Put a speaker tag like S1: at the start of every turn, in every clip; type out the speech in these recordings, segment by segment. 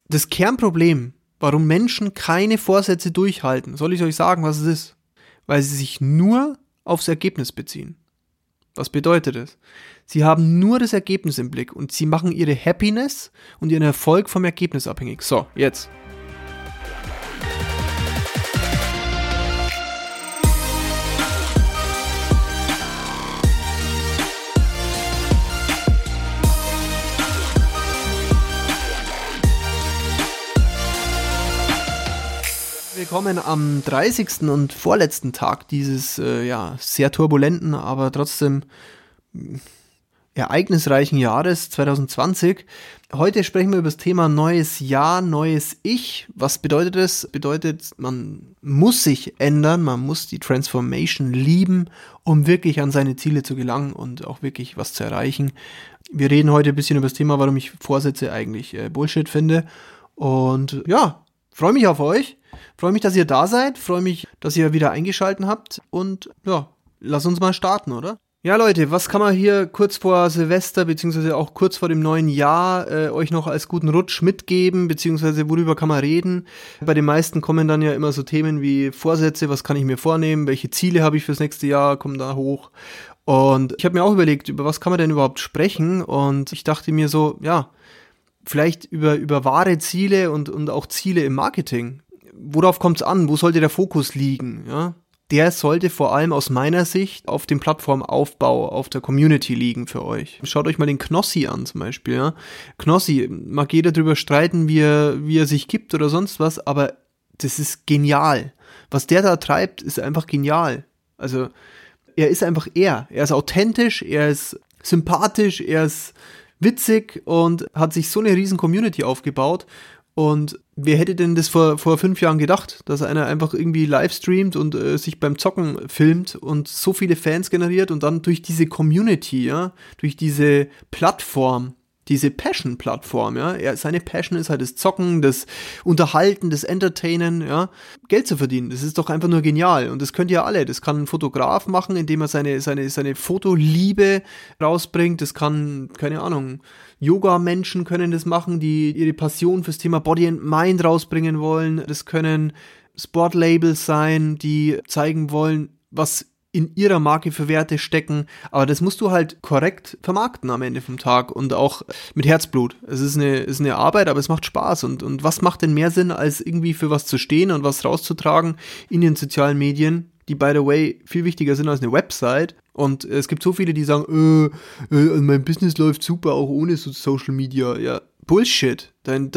S1: Das Kernproblem, warum Menschen keine Vorsätze durchhalten, soll ich euch sagen, was es ist? Weil sie sich nur aufs Ergebnis beziehen. Was bedeutet das? Sie haben nur das Ergebnis im Blick und sie machen ihre Happiness und ihren Erfolg vom Ergebnis abhängig. So, jetzt. Willkommen am 30. und vorletzten Tag dieses sehr turbulenten, aber trotzdem ereignisreichen Jahres 2020. Heute sprechen wir über das Thema neues Jahr, neues Ich. Was bedeutet das? Bedeutet, man muss sich ändern, man muss die Transformation lieben, um wirklich an seine Ziele zu gelangen und auch wirklich was zu erreichen. Wir reden heute ein bisschen über das Thema, warum ich Vorsätze eigentlich Bullshit finde. Und ja, freue mich auf euch. Freue mich, dass ihr da seid. Freue mich, dass ihr wieder eingeschaltet habt. Und ja, lass uns mal starten, oder? Ja, Leute, was kann man hier kurz vor Silvester, beziehungsweise auch kurz vor dem neuen Jahr euch noch als guten Rutsch mitgeben, beziehungsweise worüber kann man reden? Bei den meisten kommen dann ja immer so Themen wie Vorsätze, was kann ich mir vornehmen, welche Ziele habe ich fürs nächste Jahr, kommen da hoch. Und ich habe mir auch überlegt, über was kann man denn überhaupt sprechen? Und ich dachte mir so, ja, vielleicht über wahre Ziele und auch Ziele im Marketing. Worauf kommt es an? Wo sollte der Fokus liegen? Ja? Der sollte vor allem aus meiner Sicht auf dem Plattformaufbau, auf der Community liegen für euch. Schaut euch mal den Knossi an zum Beispiel. Ja? Knossi, mag jeder drüber streiten, wie er sich gibt oder sonst was, aber das ist genial. Was der da treibt, ist einfach genial. Also er ist einfach er. Er ist authentisch, er ist sympathisch, er ist witzig und hat sich so eine riesen Community aufgebaut. Und wer hätte denn das vor 5 Jahren gedacht, dass einer einfach irgendwie live streamt und sich beim Zocken filmt und so viele Fans generiert und dann durch diese Community, ja, durch diese Plattform, diese Passion-Plattform, ja, seine Passion ist halt das Zocken, das Unterhalten, das Entertainen, ja, Geld zu verdienen, das ist doch einfach nur genial und das könnt ihr alle, das kann ein Fotograf machen, indem er seine Fotoliebe rausbringt, das kann, keine Ahnung, Yoga-Menschen können das machen, die ihre Passion fürs Thema Body and Mind rausbringen wollen, das können Sportlabels sein, die zeigen wollen, was in ihrer Marke für Werte stecken, aber das musst du halt korrekt vermarkten am Ende vom Tag und auch mit Herzblut. Es ist eine Arbeit, aber es macht Spaß und was macht denn mehr Sinn, als irgendwie für was zu stehen und was rauszutragen in den sozialen Medien, die by the way viel wichtiger sind als eine Website. Und es gibt so viele, die sagen, mein Business läuft super, auch ohne Social Media. Ja, Bullshit.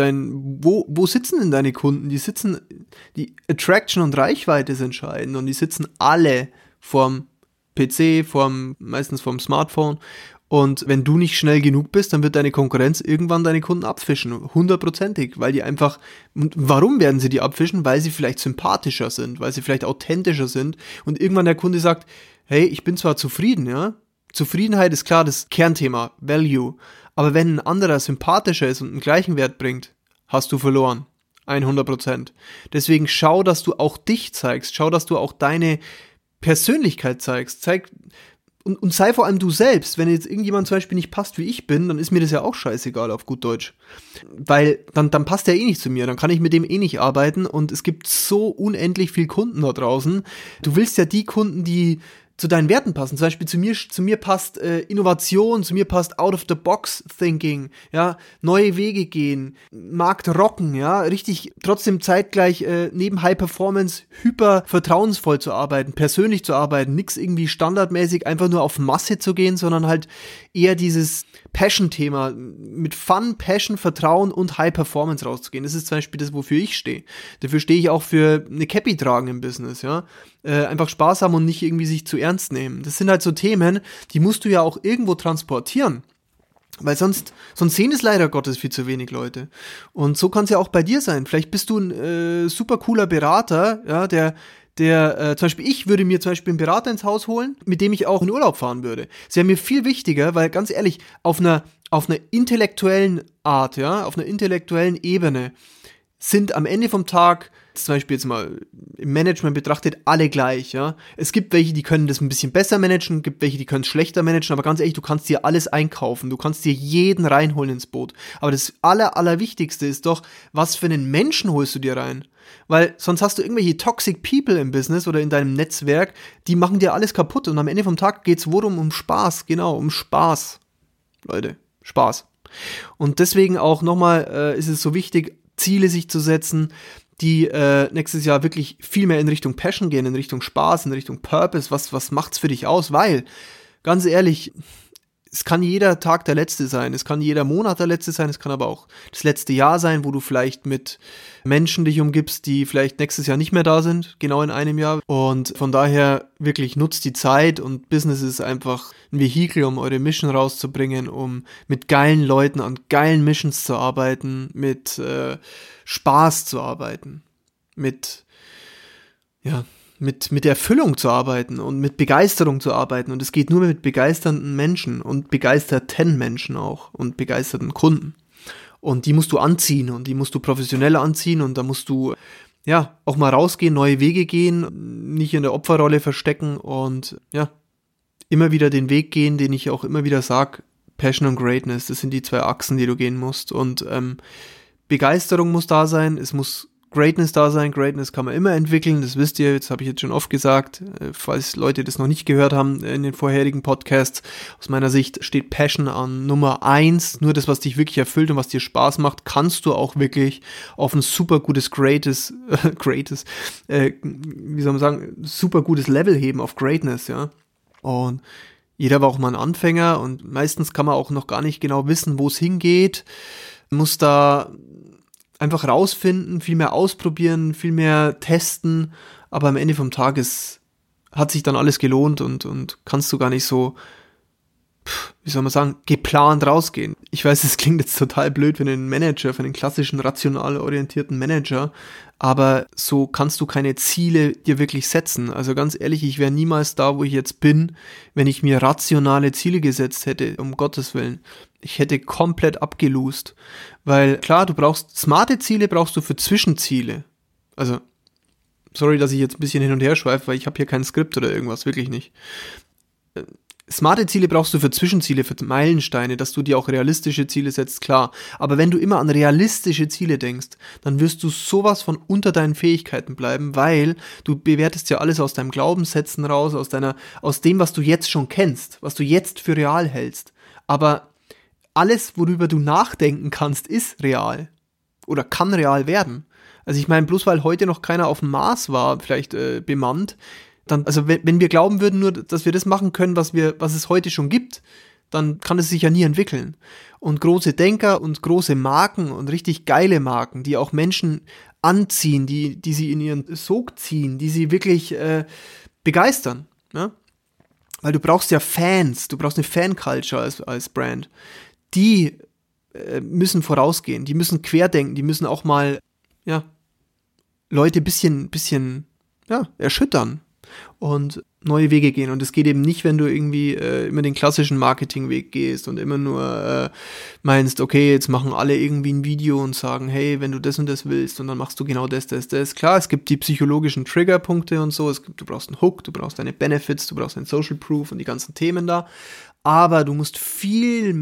S1: Wo sitzen denn deine Kunden? Die Attraction und Reichweite ist entscheidend und die sitzen alle vorm PC, meistens vorm Smartphone. Und wenn du nicht schnell genug bist, dann wird deine Konkurrenz irgendwann deine Kunden abfischen. 100%ig, weil die einfach, und warum werden sie die abfischen? Weil sie vielleicht sympathischer sind, weil sie vielleicht authentischer sind und irgendwann der Kunde sagt, hey, ich bin zwar zufrieden, ja. Zufriedenheit ist klar das Kernthema, Value. Aber wenn ein anderer sympathischer ist und einen gleichen Wert bringt, hast du verloren. 100%. Deswegen schau, dass du auch dich zeigst. Schau, dass du auch deine Persönlichkeit zeigst. Und sei vor allem du selbst. Wenn jetzt irgendjemand zum Beispiel nicht passt, wie ich bin, dann ist mir das ja auch scheißegal auf gut Deutsch. Weil dann passt der eh nicht zu mir, dann kann ich mit dem eh nicht arbeiten und es gibt so unendlich viel Kunden da draußen. Du willst ja die Kunden, die zu deinen Werten passen. Zum Beispiel zu mir passt Innovation, zu mir passt Out-of-the-Box-Thinking, ja, neue Wege gehen, Markt rocken, ja, richtig trotzdem zeitgleich neben High-Performance hyper vertrauensvoll zu arbeiten, persönlich zu arbeiten, nix irgendwie standardmäßig einfach nur auf Masse zu gehen, sondern halt eher dieses Passion-Thema mit Fun, Passion, Vertrauen und High-Performance rauszugehen. Das ist zum Beispiel das, wofür ich stehe. Dafür stehe ich auch für eine Cappy tragen im Business, ja. Einfach Spaß haben und nicht irgendwie sich zu ernst nehmen. Das sind halt so Themen, die musst du ja auch irgendwo transportieren. Weil sonst sehen es leider Gottes viel zu wenig Leute. Und so kann es ja auch bei dir sein. Vielleicht bist du ein super cooler Berater, ja, der zum Beispiel, ich würde mir zum Beispiel einen Berater ins Haus holen, mit dem ich auch in Urlaub fahren würde. Das wäre mir viel wichtiger, weil ganz ehrlich, auf einer intellektuellen Art, ja, auf einer intellektuellen Ebene sind am Ende vom Tag zum Beispiel jetzt mal im Management betrachtet, alle gleich, ja. Es gibt welche, die können das ein bisschen besser managen, gibt welche, die können es schlechter managen, aber ganz ehrlich, du kannst dir alles einkaufen, du kannst dir jeden reinholen ins Boot. Aber das Allerwichtigste ist doch, was für einen Menschen holst du dir rein? Weil sonst hast du irgendwelche toxic people im Business oder in deinem Netzwerk, die machen dir alles kaputt und am Ende vom Tag geht's worum? Um Spaß, genau, um Spaß. Leute, Spaß. Und deswegen auch nochmal ist es so wichtig, Ziele sich zu setzen, die nächstes Jahr wirklich viel mehr in Richtung Passion gehen, in Richtung Spaß, in Richtung Purpose. Was macht's für dich aus? Weil, ganz ehrlich, es kann jeder Tag der letzte sein, es kann jeder Monat der letzte sein, es kann aber auch das letzte Jahr sein, wo du vielleicht mit Menschen dich umgibst, die vielleicht nächstes Jahr nicht mehr da sind, genau in einem Jahr. Und von daher wirklich nutzt die Zeit und Business ist einfach ein Vehikel, um eure Mission rauszubringen, um mit geilen Leuten an geilen Missions zu arbeiten, mit Spaß zu arbeiten, mit Erfüllung zu arbeiten und mit Begeisterung zu arbeiten. Und es geht nur mit begeisternden Menschen und begeisterten Menschen auch und begeisterten Kunden. Und die musst du anziehen und die musst du professionell anziehen und da musst du ja auch mal rausgehen, neue Wege gehen, nicht in der Opferrolle verstecken und ja, immer wieder den Weg gehen, den ich auch immer wieder sage, Passion und Greatness, das sind die 2 Achsen, die du gehen musst. Und Begeisterung muss da sein, es muss Greatness da sein. Greatness kann man immer entwickeln, das wisst ihr, das habe ich jetzt schon oft gesagt, falls Leute das noch nicht gehört haben in den vorherigen Podcasts. Aus meiner Sicht steht Passion an Nummer 1, nur das, was dich wirklich erfüllt und was dir Spaß macht, kannst du auch wirklich auf ein super gutes super gutes Level heben, auf Greatness, ja. Und jeder war auch mal ein Anfänger und meistens kann man auch noch gar nicht genau wissen, wo es hingeht, muss da einfach rausfinden, viel mehr ausprobieren, viel mehr testen, aber am Ende vom Tag hat sich dann alles gelohnt und kannst du gar nicht so, geplant rausgehen. Ich weiß, es klingt jetzt total blöd für einen Manager, für einen klassischen rational orientierten Manager, aber so kannst du keine Ziele dir wirklich setzen. Also ganz ehrlich, ich wäre niemals da, wo ich jetzt bin, wenn ich mir rationale Ziele gesetzt hätte, um Gottes Willen. Ich hätte komplett abgelost, weil klar, smarte Ziele brauchst du für Zwischenziele. Also, sorry, dass ich jetzt ein bisschen hin und her schweife, weil ich habe hier kein Skript oder irgendwas, wirklich nicht. Smarte Ziele brauchst du für Zwischenziele, für Meilensteine, dass du dir auch realistische Ziele setzt, klar. Aber wenn du immer an realistische Ziele denkst, dann wirst du sowas von unter deinen Fähigkeiten bleiben, weil du bewertest ja alles aus deinem Glaubenssätzen raus, aus dem, was du jetzt schon kennst, was du jetzt für real hältst. Aber alles, worüber du nachdenken kannst, ist real oder kann real werden. Also ich meine, bloß weil heute noch keiner auf dem Mars war, vielleicht bemannt, dann, also wenn wir glauben würden nur, dass wir das machen können, was es heute schon gibt, dann kann es sich ja nie entwickeln. Und große Denker und große Marken und richtig geile Marken, die auch Menschen anziehen, die sie in ihren Sog ziehen, die sie wirklich begeistern, ne? Weil du brauchst ja Fans, du brauchst eine Fan-Culture als Brand. Die müssen vorausgehen, die müssen querdenken, die müssen auch mal, ja, Leute ein bisschen erschüttern und neue Wege gehen. Und es geht eben nicht, wenn du irgendwie immer den klassischen Marketingweg gehst und immer nur meinst, okay, jetzt machen alle irgendwie ein Video und sagen, hey, wenn du das und das willst und dann machst du genau das. Klar, es gibt die psychologischen Triggerpunkte und so, du brauchst einen Hook, du brauchst deine Benefits, du brauchst einen Social Proof und die ganzen Themen da, aber du musst viel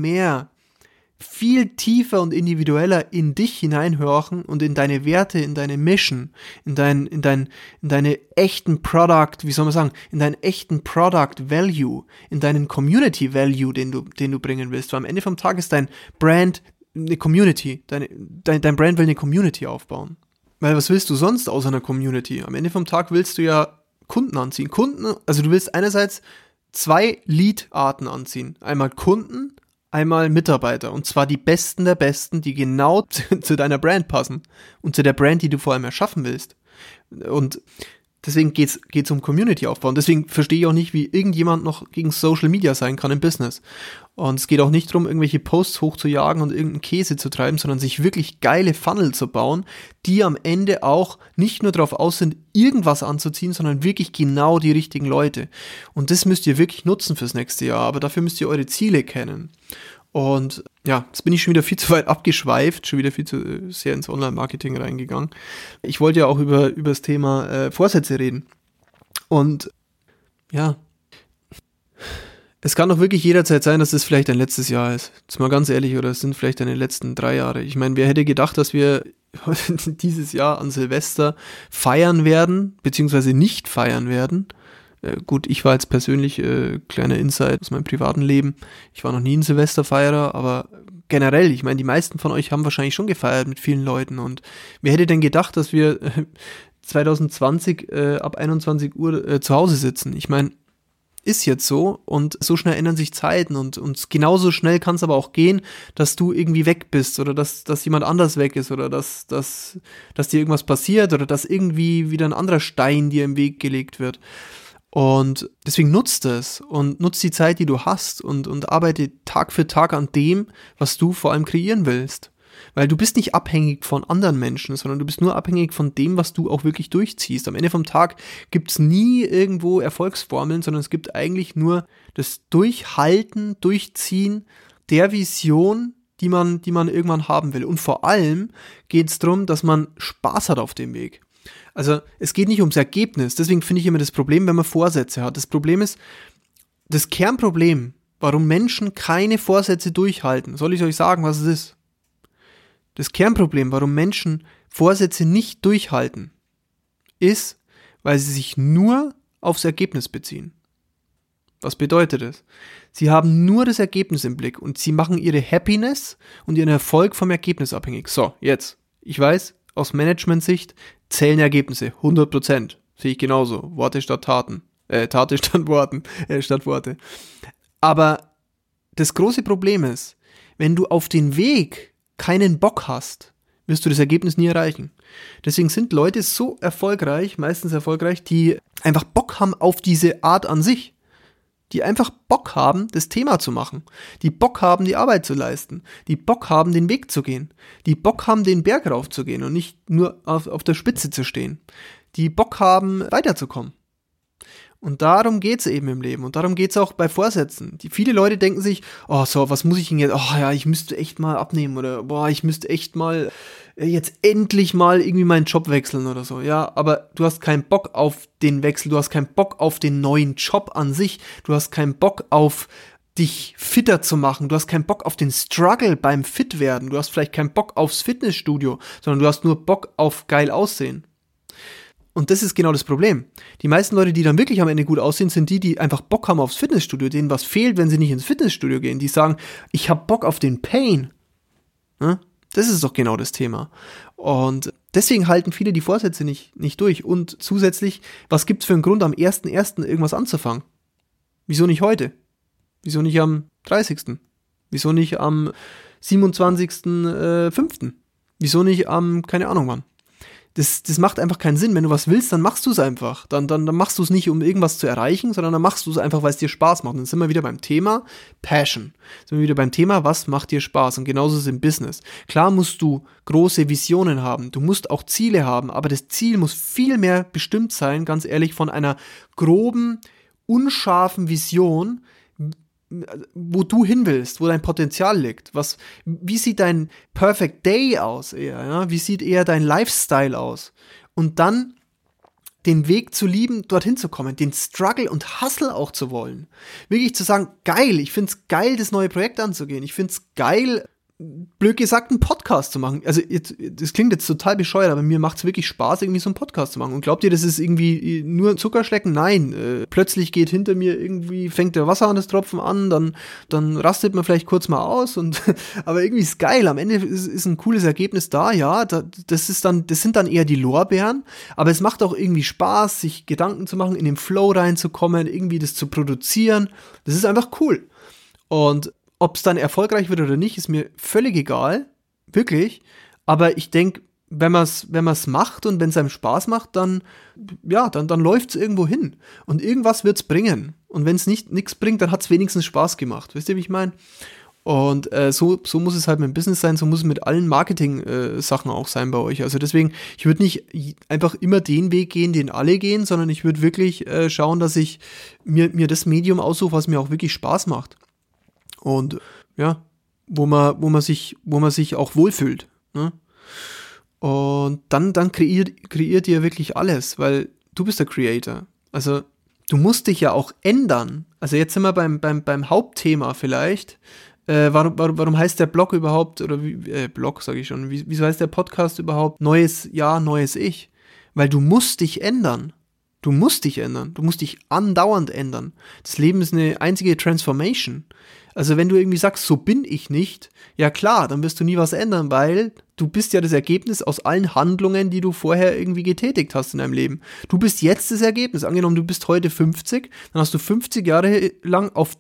S1: tiefer und individueller in dich hineinhorchen und in deine Werte, in deine Mission, in deine echten Product, in deinen echten Product Value, in deinen Community Value, den du bringen willst. Weil am Ende vom Tag ist dein Brand eine Community. Dein Brand will eine Community aufbauen. Weil was willst du sonst außer einer Community? Am Ende vom Tag willst du ja Kunden anziehen. Also du willst einerseits 2 Lead-Arten anziehen. Einmal Kunden, einmal Mitarbeiter. Und zwar die Besten der Besten, die genau zu deiner Brand passen. Und zu der Brand, die du vor allem erschaffen willst. Und deswegen geht's um Community-Aufbau. Und deswegen verstehe ich auch nicht, wie irgendjemand noch gegen Social Media sein kann im Business. Und es geht auch nicht darum, irgendwelche Posts hochzujagen und irgendeinen Käse zu treiben, sondern sich wirklich geile Funnel zu bauen, die am Ende auch nicht nur darauf aus sind, irgendwas anzuziehen, sondern wirklich genau die richtigen Leute. Und das müsst ihr wirklich nutzen fürs nächste Jahr. Aber dafür müsst ihr eure Ziele kennen. Und Ja, jetzt bin ich schon wieder viel zu weit abgeschweift, schon wieder viel zu sehr ins Online-Marketing reingegangen. Ich wollte ja auch über das Thema Vorsätze reden. Und ja, es kann doch wirklich jederzeit sein, dass das vielleicht dein letztes Jahr ist. Jetzt mal ganz ehrlich, oder es sind vielleicht deine letzten 3 Jahre. Ich meine, wer hätte gedacht, dass wir dieses Jahr an Silvester feiern werden, beziehungsweise nicht feiern werden. Gut, ich war jetzt persönlich, kleiner Insight aus meinem privaten Leben, ich war noch nie ein Silvesterfeierer, aber generell, ich meine, die meisten von euch haben wahrscheinlich schon gefeiert mit vielen Leuten und wer hätte denn gedacht, dass wir 2020 ab 21 Uhr zu Hause sitzen? Ich meine, ist jetzt so und so schnell ändern sich Zeiten und genauso schnell kann es aber auch gehen, dass du irgendwie weg bist oder dass jemand anders weg ist oder dass dir irgendwas passiert oder dass irgendwie wieder ein anderer Stein dir im Weg gelegt wird. Und deswegen nutzt es und nutzt die Zeit, die du hast und arbeite Tag für Tag an dem, was du vor allem kreieren willst. Weil du bist nicht abhängig von anderen Menschen, sondern du bist nur abhängig von dem, was du auch wirklich durchziehst. Am Ende vom Tag gibt es nie irgendwo Erfolgsformeln, sondern es gibt eigentlich nur das Durchhalten, Durchziehen der Vision, die man irgendwann haben will. Und vor allem geht es darum, dass man Spaß hat auf dem Weg. Also es geht nicht ums Ergebnis, deswegen finde ich immer das Problem, wenn man Vorsätze hat. Das Problem ist, das Kernproblem, warum Menschen keine Vorsätze durchhalten, soll ich euch sagen, was es ist? Das Kernproblem, warum Menschen Vorsätze nicht durchhalten, ist, weil sie sich nur aufs Ergebnis beziehen. Was bedeutet das? Sie haben nur das Ergebnis im Blick und sie machen ihre Happiness und ihren Erfolg vom Ergebnis abhängig. So, jetzt, ich weiß, aus Management-Sicht zählen Ergebnisse, 100%, sehe ich genauso, Worte statt Taten, Taten statt Worte. Aber das große Problem ist, wenn du auf den Weg keinen Bock hast, wirst du das Ergebnis nie erreichen. Deswegen sind Leute so erfolgreich, meistens erfolgreich, die einfach Bock haben auf diese Art an sich. Die einfach Bock haben, das Thema zu machen. Die Bock haben, die Arbeit zu leisten. Die Bock haben, den Weg zu gehen. Die Bock haben, den Berg raufzugehen und nicht nur auf der Spitze zu stehen. Die Bock haben, weiterzukommen. Und darum geht's eben im Leben. Und darum geht's auch bei Vorsätzen. Viele Leute denken sich, oh so, was muss ich denn jetzt? Oh ja, ich müsste echt mal abnehmen. Oder boah, ich müsste echt mal jetzt endlich mal irgendwie meinen Job wechseln oder so. Ja, aber du hast keinen Bock auf den Wechsel. Du hast keinen Bock auf den neuen Job an sich. Du hast keinen Bock auf dich fitter zu machen. Du hast keinen Bock auf den Struggle beim Fitwerden. Du hast vielleicht keinen Bock aufs Fitnessstudio, sondern du hast nur Bock auf geil aussehen. Und das ist genau das Problem. Die meisten Leute, die dann wirklich am Ende gut aussehen, sind die einfach Bock haben aufs Fitnessstudio, denen was fehlt, wenn sie nicht ins Fitnessstudio gehen. Die sagen, ich habe Bock auf den Pain. Das ist doch genau das Thema. Und deswegen halten viele die Vorsätze nicht durch. Und zusätzlich, was gibt's für einen Grund, am 1.1. irgendwas anzufangen? Wieso nicht heute? Wieso nicht am 30.? Wieso nicht am 27.05.? Wieso nicht am, keine Ahnung wann? Das macht einfach keinen Sinn. Wenn du was willst, dann machst du es einfach. Dann machst du es nicht, um irgendwas zu erreichen, sondern dann machst du es einfach, weil es dir Spaß macht. Und dann sind wir wieder beim Thema Passion. Sind wir wieder beim Thema, was macht dir Spaß? Und genauso ist es im Business. Klar musst du große Visionen haben. Du musst auch Ziele haben. Aber das Ziel muss viel mehr bestimmt sein, ganz ehrlich, von einer groben, unscharfen Vision, wo du hin willst, wo dein Potenzial liegt. Wie sieht dein Perfect Day aus eher? Ja? Wie sieht eher dein Lifestyle aus? Und dann den Weg zu lieben, dorthin zu kommen, den Struggle und Hustle auch zu wollen. Wirklich zu sagen, geil, ich find's geil, das neue Projekt anzugehen. Ich find's geil, blöd gesagt, einen Podcast zu machen. Also das klingt jetzt total bescheuert, aber mir macht's wirklich Spaß, irgendwie so einen Podcast zu machen. Und glaubt ihr, das ist irgendwie nur Zuckerschlecken? Nein. Plötzlich geht hinter mir irgendwie, fängt der Wasser an das Tropfen an, dann rastet man vielleicht kurz mal aus aber irgendwie ist geil. Am Ende ist ein cooles Ergebnis da, ja. Das sind dann eher die Lorbeeren, aber es macht auch irgendwie Spaß, sich Gedanken zu machen, in den Flow reinzukommen, irgendwie das zu produzieren. Das ist einfach cool. Und ob es dann erfolgreich wird oder nicht, ist mir völlig egal, wirklich. Aber ich denke, wenn man es macht und wenn es einem Spaß macht, dann läuft es irgendwo hin. Und irgendwas wird es bringen. Und wenn es nichts bringt, dann hat es wenigstens Spaß gemacht. Wisst ihr, wie ich meine? Und so muss es halt mit dem Business sein, so muss es mit allen Marketing-Sachen auch sein bei euch. Also deswegen, ich würde nicht einfach immer den Weg gehen, den alle gehen, sondern ich würde wirklich schauen, dass ich mir das Medium aussuche, was mir auch wirklich Spaß macht. Und ja, wo man sich auch wohlfühlt. Ne? Und dann kreiert ihr wirklich alles, weil du bist der Creator. Also du musst dich ja auch ändern. Also jetzt sind wir beim Hauptthema vielleicht. Warum heißt der Blog überhaupt, oder Blog sage ich schon, wieso heißt der Podcast überhaupt Neues Jahr, neues Ich? Weil du musst dich ändern. Du musst dich ändern. Du musst dich andauernd ändern. Das Leben ist eine einzige Transformation. Also wenn du irgendwie sagst, so bin ich nicht, ja klar, dann wirst du nie was ändern, weil du bist ja das Ergebnis aus allen Handlungen, die du vorher irgendwie getätigt hast in deinem Leben. Du bist jetzt das Ergebnis. Angenommen, du bist heute 50, dann hast du 50 Jahre lang auf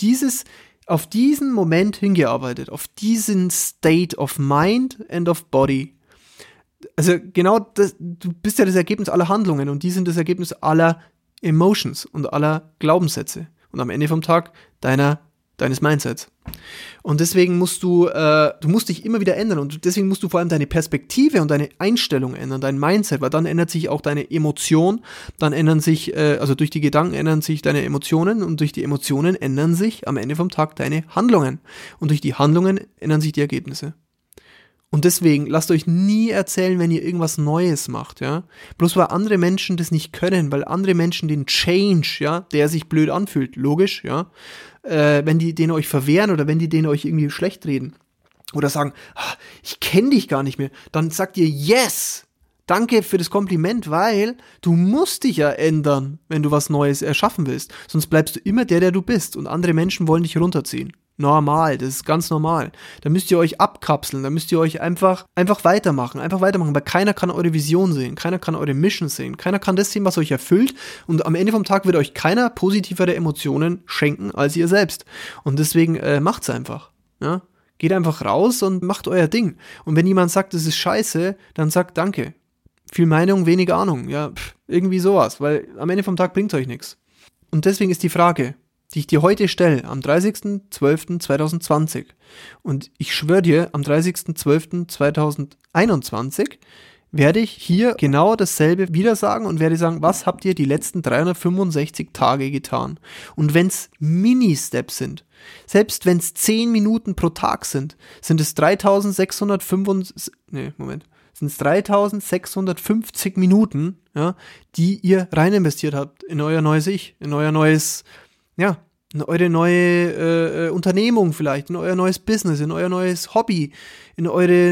S1: diesen Moment hingearbeitet, auf diesen State of Mind and of Body. Also genau das, du bist ja das Ergebnis aller Handlungen und die sind das Ergebnis aller Emotions und aller Glaubenssätze und am Ende vom Tag deines Mindsets. Und deswegen musst du musst dich immer wieder ändern und deswegen musst du vor allem deine Perspektive und deine Einstellung ändern, dein Mindset, weil dann ändert sich auch deine Emotion, dann ändern sich, also durch die Gedanken ändern sich deine Emotionen und durch die Emotionen ändern sich am Ende vom Tag deine Handlungen und durch die Handlungen ändern sich die Ergebnisse. Und deswegen, lasst euch nie erzählen, wenn ihr irgendwas Neues macht, ja. Bloß weil andere Menschen das nicht können, weil andere Menschen den Change, ja, der sich blöd anfühlt, logisch, ja, wenn die den euch verwehren oder wenn die den euch irgendwie schlecht reden oder sagen, ich kenne dich gar nicht mehr, dann sagt ihr yes, danke für das Kompliment, weil du musst dich ja ändern, wenn du was Neues erschaffen willst, sonst bleibst du immer der du bist und andere Menschen wollen dich runterziehen. Normal, das ist ganz normal. Da müsst ihr euch abkapseln, da müsst ihr euch einfach weitermachen, weil keiner kann eure Vision sehen, keiner kann eure Mission sehen, keiner kann das sehen, was euch erfüllt und am Ende vom Tag wird euch keiner positivere Emotionen schenken als ihr selbst. Und deswegen macht's einfach, ja? Geht einfach raus und macht euer Ding. Und wenn jemand sagt, das ist scheiße, dann sagt danke. Viel Meinung, wenig Ahnung, ja, irgendwie sowas, weil am Ende vom Tag bringt's euch nichts. Und deswegen ist die Frage, die ich dir heute stelle, am 30.12.2020. Und ich schwöre dir, am 30.12.2021 werde ich hier genau dasselbe wieder sagen und werde sagen, was habt ihr die letzten 365 Tage getan? Und wenn es Mini-Steps sind, selbst wenn es 10 Minuten pro Tag sind es 3650 Minuten, ja, die ihr rein investiert habt in euer neues Ich, in euer neues, ja, in eure neue Unternehmung vielleicht, in euer neues Business, in euer neues Hobby, in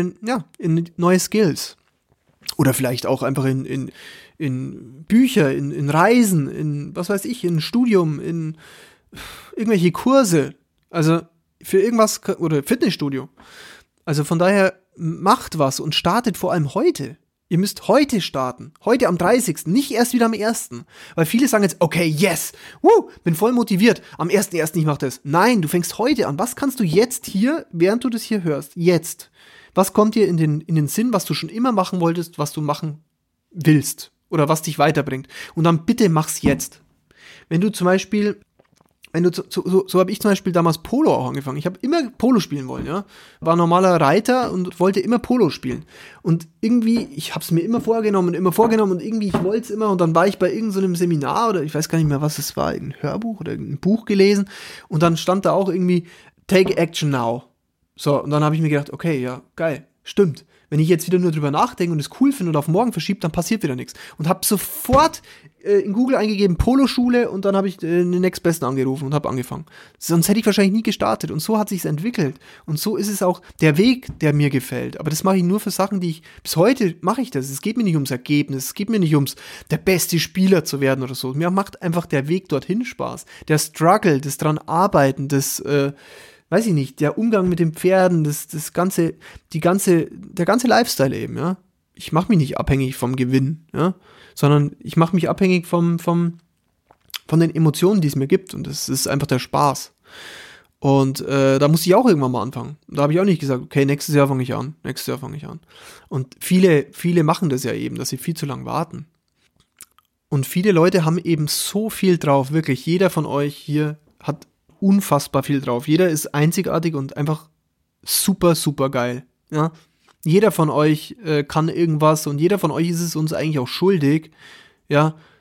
S1: neue Skills. Oder vielleicht auch einfach in Bücher, in Reisen, in, was weiß ich, in Studium, in irgendwelche Kurse. Also für irgendwas, oder Fitnessstudio. Also von daher macht was und startet vor allem heute. Ihr müsst heute starten. Heute am 30. Nicht erst wieder am 1. Weil viele sagen jetzt, okay, yes, bin voll motiviert. Am 1.1. ich mach das. Nein, du fängst heute an. Was kannst du jetzt hier, während du das hier hörst, jetzt? Was kommt dir in den Sinn, was du schon immer machen wolltest, was du machen willst? Oder was dich weiterbringt? Und dann bitte mach's jetzt. Wenn du zum Beispiel, so habe ich zum Beispiel damals Polo auch angefangen. Ich habe immer Polo spielen wollen, ja. War ein normaler Reiter und wollte immer Polo spielen. Und irgendwie, ich habe es mir immer vorgenommen und irgendwie, ich wollte es immer. Und dann war ich bei irgendeinem Seminar oder ich weiß gar nicht mehr, was es war, ein Hörbuch oder ein Buch gelesen. Und dann stand da auch irgendwie, take action now. So, und dann habe ich mir gedacht, okay, ja, geil, stimmt. Wenn ich jetzt wieder nur drüber nachdenke und es cool finde und auf morgen verschiebt, dann passiert wieder nichts. Und habe sofort in Google eingegeben, Poloschule, und dann habe ich den Nächstbesten angerufen und habe angefangen. Sonst hätte ich wahrscheinlich nie gestartet. Und so hat sich's entwickelt. Und so ist es auch der Weg, der mir gefällt. Aber das mache ich nur für Sachen, die ich, bis heute mache ich das. Es geht mir nicht ums Ergebnis, es geht mir nicht ums, der beste Spieler zu werden oder so. Mir macht einfach der Weg dorthin Spaß. Der Struggle, das dran Arbeiten, das, weiß ich nicht, der Umgang mit den Pferden, der ganze Lifestyle eben, ja. Ich mache mich nicht abhängig vom Gewinn, ja, sondern ich mache mich abhängig von den Emotionen, die es mir gibt, und das ist einfach der Spaß. Und da muss ich auch irgendwann mal anfangen. Da habe ich auch nicht gesagt, okay, nächstes Jahr fange ich an. Und viele machen das ja eben, dass sie viel zu lang warten. Und viele Leute haben eben so viel drauf, wirklich, jeder von euch hier hat unfassbar viel drauf. Jeder ist einzigartig und einfach super, super geil. Ja? Jeder von euch kann irgendwas und jeder von euch ist es uns eigentlich auch schuldig, ja,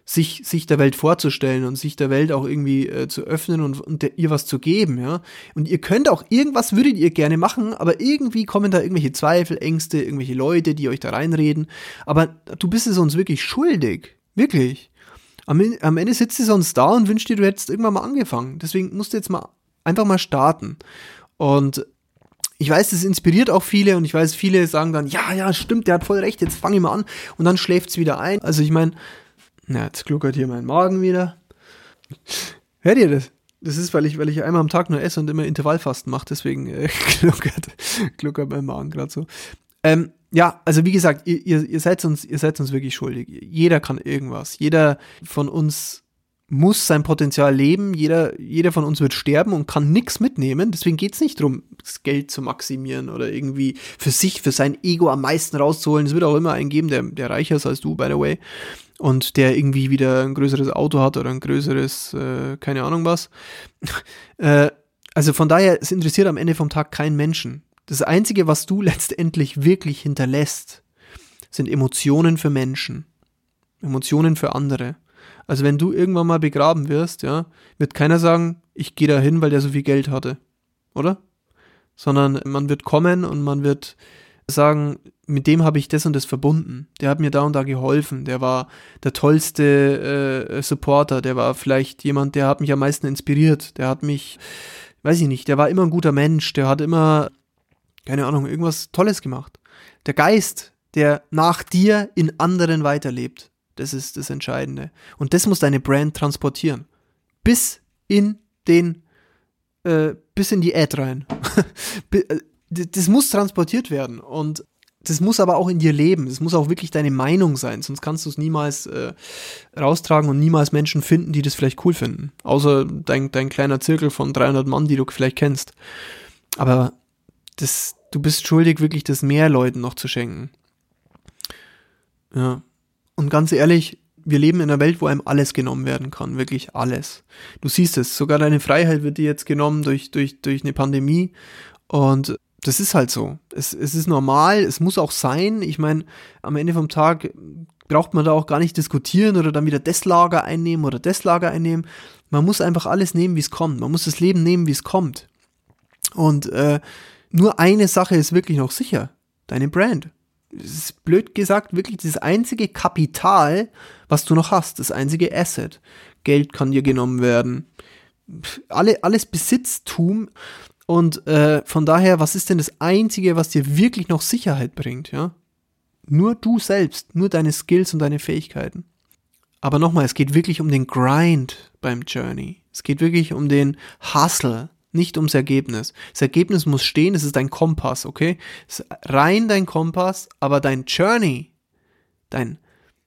S1: sich der Welt vorzustellen und sich der Welt auch irgendwie zu öffnen und ihr was zu geben, ja. Und ihr könnt auch, irgendwas würdet ihr gerne machen, aber irgendwie kommen da irgendwelche Zweifel, Ängste, irgendwelche Leute, die euch da reinreden. Aber du bist es uns wirklich schuldig. Wirklich. Am Ende sitzt du sonst da und wünschst dir, du hättest irgendwann mal angefangen. Deswegen musst du jetzt einfach mal starten. Und ich weiß, das inspiriert auch viele und ich weiß, viele sagen dann, ja, stimmt, der hat voll recht, jetzt fange ich mal an und dann schläft es wieder ein. Also ich meine, jetzt gluckert hier mein Magen wieder. Hört ihr das? Das ist, weil ich einmal am Tag nur esse und immer Intervallfasten mache, deswegen gluckert mein Magen gerade so. Ja, also wie gesagt, ihr seid uns wirklich schuldig. Jeder kann irgendwas. Jeder von uns muss sein Potenzial leben. Jeder von uns wird sterben und kann nichts mitnehmen. Deswegen geht's nicht darum, das Geld zu maximieren oder irgendwie für sein Ego am meisten rauszuholen. Es wird auch immer einen geben, der reicher ist als du, by the way. Und der irgendwie wieder ein größeres Auto hat oder ein größeres, keine Ahnung was. Also von daher, es interessiert am Ende vom Tag keinen Menschen. Das Einzige, was du letztendlich wirklich hinterlässt, sind Emotionen für Menschen. Emotionen für andere. Also wenn du irgendwann mal begraben wirst, ja, wird keiner sagen, ich gehe da hin, weil der so viel Geld hatte. Oder? Sondern man wird kommen und man wird sagen, mit dem habe ich das und das verbunden. Der hat mir da und da geholfen. Der war der tollste Supporter. Der war vielleicht jemand, der hat mich am meisten inspiriert. Der hat mich, weiß ich nicht, der war immer ein guter Mensch. Der hat immer, keine Ahnung, irgendwas Tolles gemacht. Der Geist, der nach dir in anderen weiterlebt. Das ist das Entscheidende. Und das muss deine Brand transportieren. Bis in die Ad rein. Das muss transportiert werden. Und das muss aber auch in dir leben. Das muss auch wirklich deine Meinung sein. Sonst kannst du es niemals raustragen und niemals Menschen finden, die das vielleicht cool finden. Außer dein kleiner Zirkel von 300 Mann, die du vielleicht kennst. Aber du bist schuldig, wirklich das mehr Leuten noch zu schenken. Ja. Und ganz ehrlich, wir leben in einer Welt, wo einem alles genommen werden kann, wirklich alles. Du siehst es, sogar deine Freiheit wird dir jetzt genommen durch eine Pandemie und das ist halt so. Es ist normal, es muss auch sein. Ich meine, am Ende vom Tag braucht man da auch gar nicht diskutieren oder dann wieder das Lager einnehmen oder das Lager einnehmen. Man muss einfach alles nehmen, wie es kommt. Man muss das Leben nehmen, wie es kommt. Und nur eine Sache ist wirklich noch sicher, deine Brand. Das ist blöd gesagt wirklich das einzige Kapital, was du noch hast, das einzige Asset. Geld kann dir genommen werden, alles Besitztum und von daher, was ist denn das Einzige, was dir wirklich noch Sicherheit bringt, ja? Nur du selbst, nur deine Skills und deine Fähigkeiten. Aber nochmal, es geht wirklich um den Grind beim Journey. Es geht wirklich um den Hustle. Nicht ums Ergebnis. Das Ergebnis muss stehen, es ist dein Kompass, okay? Es ist rein dein Kompass, aber dein Journey, dein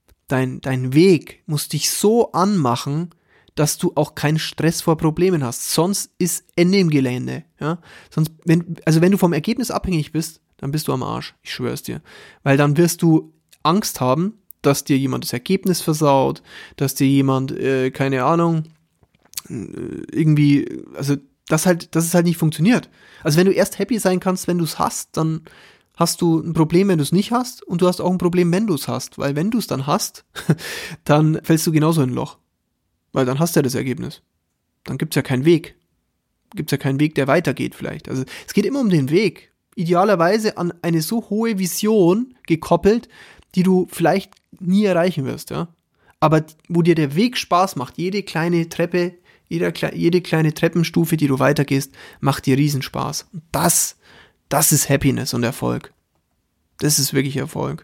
S1: Weg muss dich so anmachen, dass du auch keinen Stress vor Problemen hast. Sonst ist Ende im Gelände, ja? Sonst, wenn du vom Ergebnis abhängig bist, dann bist du am Arsch, ich schwör's dir. Weil dann wirst du Angst haben, dass dir jemand das Ergebnis versaut, dass dir jemand, keine Ahnung, irgendwie, also dass es halt nicht funktioniert. Also wenn du erst happy sein kannst, wenn du es hast, dann hast du ein Problem, wenn du es nicht hast und du hast auch ein Problem, wenn du es hast. Weil wenn du es dann hast, dann fällst du genauso in ein Loch. Weil dann hast du ja das Ergebnis. Dann gibt's ja keinen Weg. Gibt's ja keinen Weg, der weitergeht vielleicht. Also es geht immer um den Weg. Idealerweise an eine so hohe Vision gekoppelt, die du vielleicht nie erreichen wirst, ja. Aber wo dir der Weg Spaß macht, jede kleine Treppe, jede kleine Treppenstufe, die du weitergehst, macht dir Riesenspaß. Und das ist Happiness und Erfolg. Das ist wirklich Erfolg.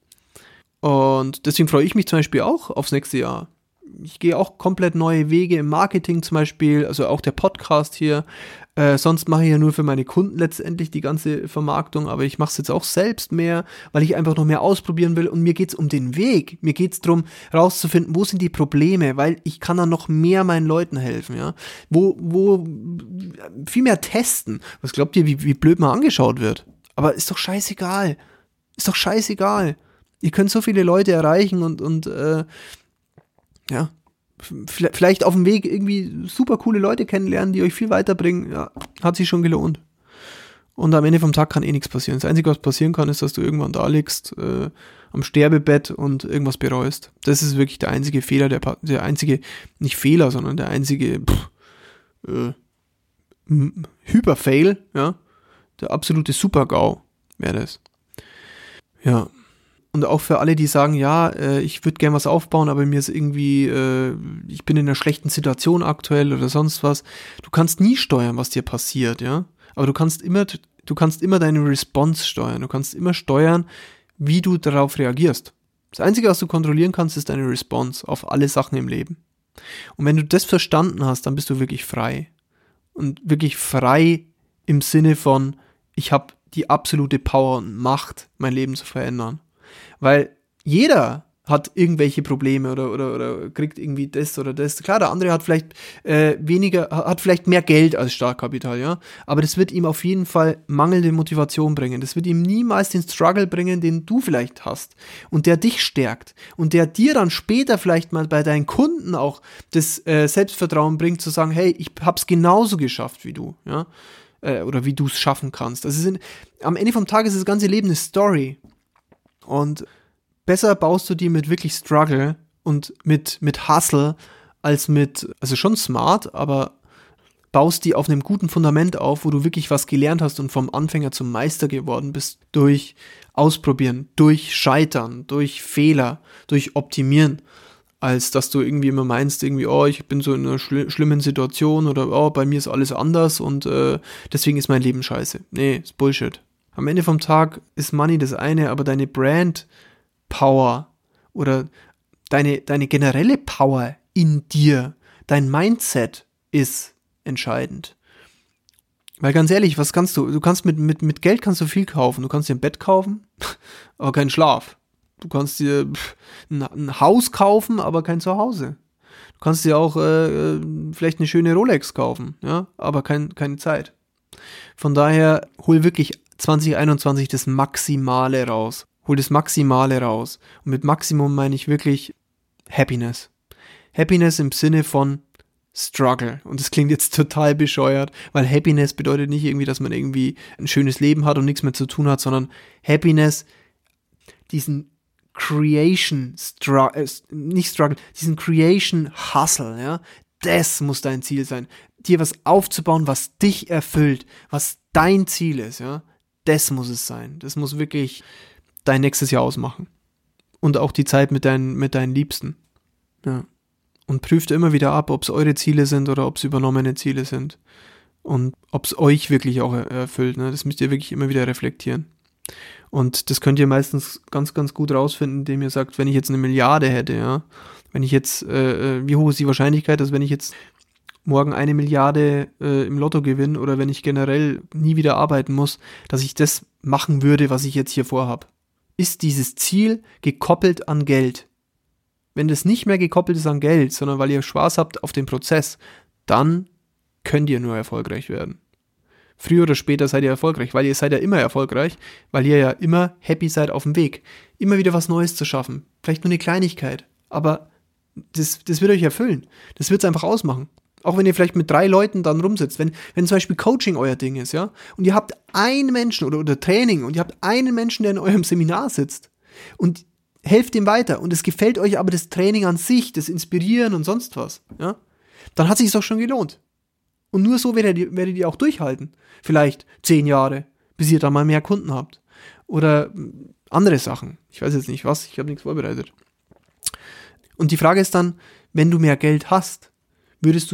S1: Und deswegen freue ich mich zum Beispiel auch aufs nächste Jahr. Ich gehe auch komplett neue Wege im Marketing zum Beispiel, also auch der Podcast hier. Sonst mache ich ja nur für meine Kunden letztendlich die ganze Vermarktung, aber ich mache es jetzt auch selbst mehr, weil ich einfach noch mehr ausprobieren will und mir geht es um den Weg. Mir geht es darum, rauszufinden, wo sind die Probleme, weil ich kann dann noch mehr meinen Leuten helfen, ja. Wo viel mehr testen. Was glaubt ihr, wie blöd man angeschaut wird? Aber ist doch scheißegal. Ist doch scheißegal. Ihr könnt so viele Leute erreichen und ja, vielleicht auf dem Weg irgendwie super coole Leute kennenlernen, die euch viel weiterbringen, ja, hat sich schon gelohnt. Und am Ende vom Tag kann eh nichts passieren. Das Einzige, was passieren kann, ist, dass du irgendwann da liegst, am Sterbebett und irgendwas bereust. Das ist wirklich der einzige Fehler, der einzige, nicht Fehler, sondern der einzige Hyperfail, ja, der absolute Super-GAU wäre das. Ja. Und auch für alle, die sagen, ja, ich würde gern was aufbauen, aber mir ist irgendwie, ich bin in einer schlechten Situation aktuell oder sonst was. Du kannst nie steuern, was dir passiert, ja. Aber du kannst immer deine Response steuern. Du kannst immer steuern, wie du darauf reagierst. Das Einzige, was du kontrollieren kannst, ist deine Response auf alle Sachen im Leben. Und wenn du das verstanden hast, dann bist du wirklich frei. Und wirklich frei im Sinne von, ich habe die absolute Power und Macht, mein Leben zu verändern. Weil jeder hat irgendwelche Probleme oder kriegt irgendwie das oder das. Klar, der andere hat vielleicht hat vielleicht mehr Geld als Startkapital, ja. Aber das wird ihm auf jeden Fall mangelnde Motivation bringen. Das wird ihm niemals den Struggle bringen, den du vielleicht hast und der dich stärkt und der dir dann später vielleicht mal bei deinen Kunden auch das Selbstvertrauen bringt, zu sagen, hey, ich hab's genauso geschafft wie du, ja. Oder wie du es schaffen kannst. Am Ende vom Tag ist das ganze Leben eine Story. Und besser baust du die mit wirklich Struggle und mit Hustle als also schon smart, aber baust die auf einem guten Fundament auf, wo du wirklich was gelernt hast und vom Anfänger zum Meister geworden bist durch Ausprobieren, durch Scheitern, durch Fehler, durch Optimieren, als dass du irgendwie immer meinst, irgendwie, oh, ich bin so in einer schlimmen Situation oder oh, bei mir ist alles anders und deswegen ist mein Leben scheiße. Nee, ist Bullshit. Am Ende vom Tag ist Money das eine, aber deine Brand-Power oder deine generelle Power in dir, dein Mindset ist entscheidend. Weil ganz ehrlich, was kannst du? Du kannst mit Geld kannst du viel kaufen. Du kannst dir ein Bett kaufen, aber keinen Schlaf. Du kannst dir ein Haus kaufen, aber kein Zuhause. Du kannst dir auch vielleicht eine schöne Rolex kaufen, ja, aber keine Zeit. Von daher hol wirklich 2021 das Maximale raus. Hol das Maximale raus. Und mit Maximum meine ich wirklich Happiness. Happiness im Sinne von Struggle. Und das klingt jetzt total bescheuert, weil Happiness bedeutet nicht irgendwie, dass man irgendwie ein schönes Leben hat und nichts mehr zu tun hat, sondern Happiness, diesen Creation diesen Creation Hustle, ja, das muss dein Ziel sein. Dir was aufzubauen, was dich erfüllt, was dein Ziel ist, ja, das muss es sein. Das muss wirklich dein nächstes Jahr ausmachen. Und auch die Zeit mit deinen Liebsten. Ja. Und prüft immer wieder ab, ob es eure Ziele sind oder ob es übernommene Ziele sind. Und ob es euch wirklich auch erfüllt. Ne? Das müsst ihr wirklich immer wieder reflektieren. Und das könnt ihr meistens ganz, ganz gut rausfinden, indem ihr sagt, wenn ich jetzt 1 Milliarde hätte, ja, wenn ich jetzt, wie hoch ist die Wahrscheinlichkeit, dass wenn ich jetzt morgen 1 Milliarde im Lotto gewinne oder wenn ich generell nie wieder arbeiten muss, dass ich das machen würde, was ich jetzt hier vorhabe. Ist dieses Ziel gekoppelt an Geld? Wenn das nicht mehr gekoppelt ist an Geld, sondern weil ihr Spaß habt auf den Prozess, dann könnt ihr nur erfolgreich werden. Früher oder später seid ihr erfolgreich, weil ihr seid ja immer erfolgreich, weil ihr ja immer happy seid auf dem Weg. Immer wieder was Neues zu schaffen. Vielleicht nur eine Kleinigkeit, aber das wird euch erfüllen. Das wird es einfach ausmachen. Auch wenn ihr vielleicht mit 3 Leuten dann rumsitzt. Wenn zum Beispiel Coaching euer Ding ist, ja, und ihr habt einen Menschen oder Training und ihr habt einen Menschen, der in eurem Seminar sitzt und helft ihm weiter und es gefällt euch aber das Training an sich, das Inspirieren und sonst was, ja, dann hat es sich doch schon gelohnt. Und nur so werdet ihr auch durchhalten. Vielleicht 10 Jahre, bis ihr dann mal mehr Kunden habt. Oder andere Sachen. Ich weiß jetzt nicht was, ich habe nichts vorbereitet. Und die Frage ist dann, wenn du mehr Geld hast, würdest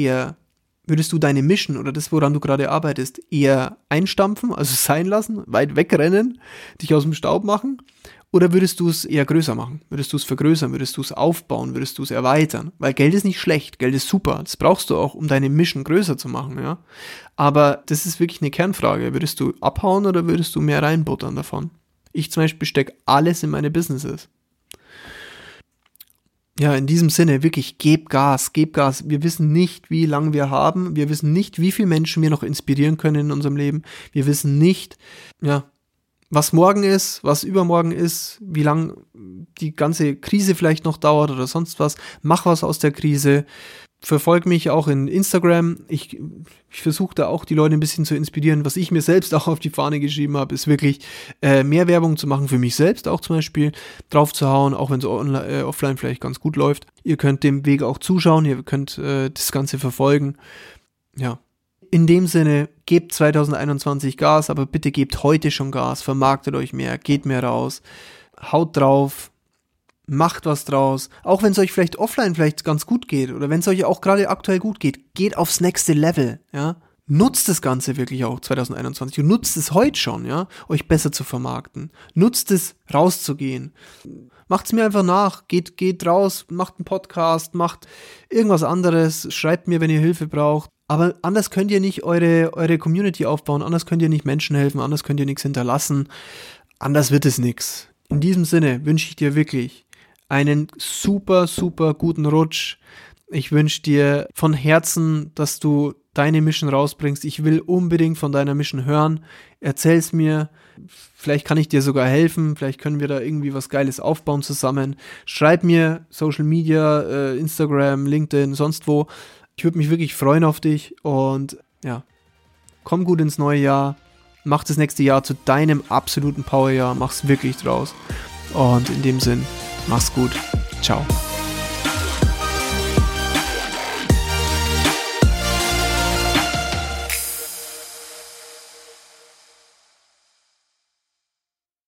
S1: du deine Mission oder das, woran du gerade arbeitest, eher einstampfen, also sein lassen, weit wegrennen, dich aus dem Staub machen? Oder würdest du es eher größer machen? Würdest du es vergrößern? Würdest du es aufbauen? Würdest du es erweitern? Weil Geld ist nicht schlecht, Geld ist super. Das brauchst du auch, um deine Mission größer zu machen, ja. Aber das ist wirklich eine Kernfrage. Würdest du abhauen oder würdest du mehr reinbuttern davon? Ich zum Beispiel stecke alles in meine Businesses. Ja, in diesem Sinne, wirklich, geb Gas. Wir wissen nicht, wie lange wir haben. Wir wissen nicht, wie viele Menschen wir noch inspirieren können in unserem Leben. Wir wissen nicht, ja, was morgen ist, was übermorgen ist, wie lang die ganze Krise vielleicht noch dauert oder sonst was. Mach was aus der Krise. verfolg mich auch in Instagram. Ich versuche da auch die Leute ein bisschen zu inspirieren. Was ich mir selbst auch auf die Fahne geschrieben habe, ist wirklich mehr Werbung zu machen für mich selbst auch zum Beispiel, drauf zu hauen, auch wenn es offline vielleicht ganz gut läuft. Ihr könnt dem Weg auch zuschauen, ihr könnt das Ganze verfolgen. Ja. In dem Sinne, gebt 2021 Gas, aber bitte gebt heute schon Gas, vermarktet euch mehr, geht mehr raus, haut drauf, macht was draus. Auch wenn es euch vielleicht offline vielleicht ganz gut geht oder wenn es euch auch gerade aktuell gut geht, geht aufs nächste Level, ja. Nutzt das Ganze wirklich auch 2021 und nutzt es heute schon, ja, euch besser zu vermarkten. Nutzt es, rauszugehen. Macht's mir einfach nach, geht raus, macht einen Podcast, macht irgendwas anderes, schreibt mir, wenn ihr Hilfe braucht. Aber anders könnt ihr nicht eure Community aufbauen, anders könnt ihr nicht Menschen helfen, anders könnt ihr nichts hinterlassen, anders wird es nichts. In diesem Sinne wünsche ich dir wirklich einen super, super guten Rutsch. Ich wünsche dir von Herzen, dass du deine Mission rausbringst. Ich will unbedingt von deiner Mission hören. Erzähl's mir. Vielleicht kann ich dir sogar helfen. Vielleicht können wir da irgendwie was Geiles aufbauen zusammen. Schreib mir Social Media, Instagram, LinkedIn, sonst wo. Ich würde mich wirklich freuen auf dich und ja, komm gut ins neue Jahr. Mach das nächste Jahr zu deinem absoluten Powerjahr. Mach's wirklich draus. Und in dem Sinn, mach's gut. Ciao.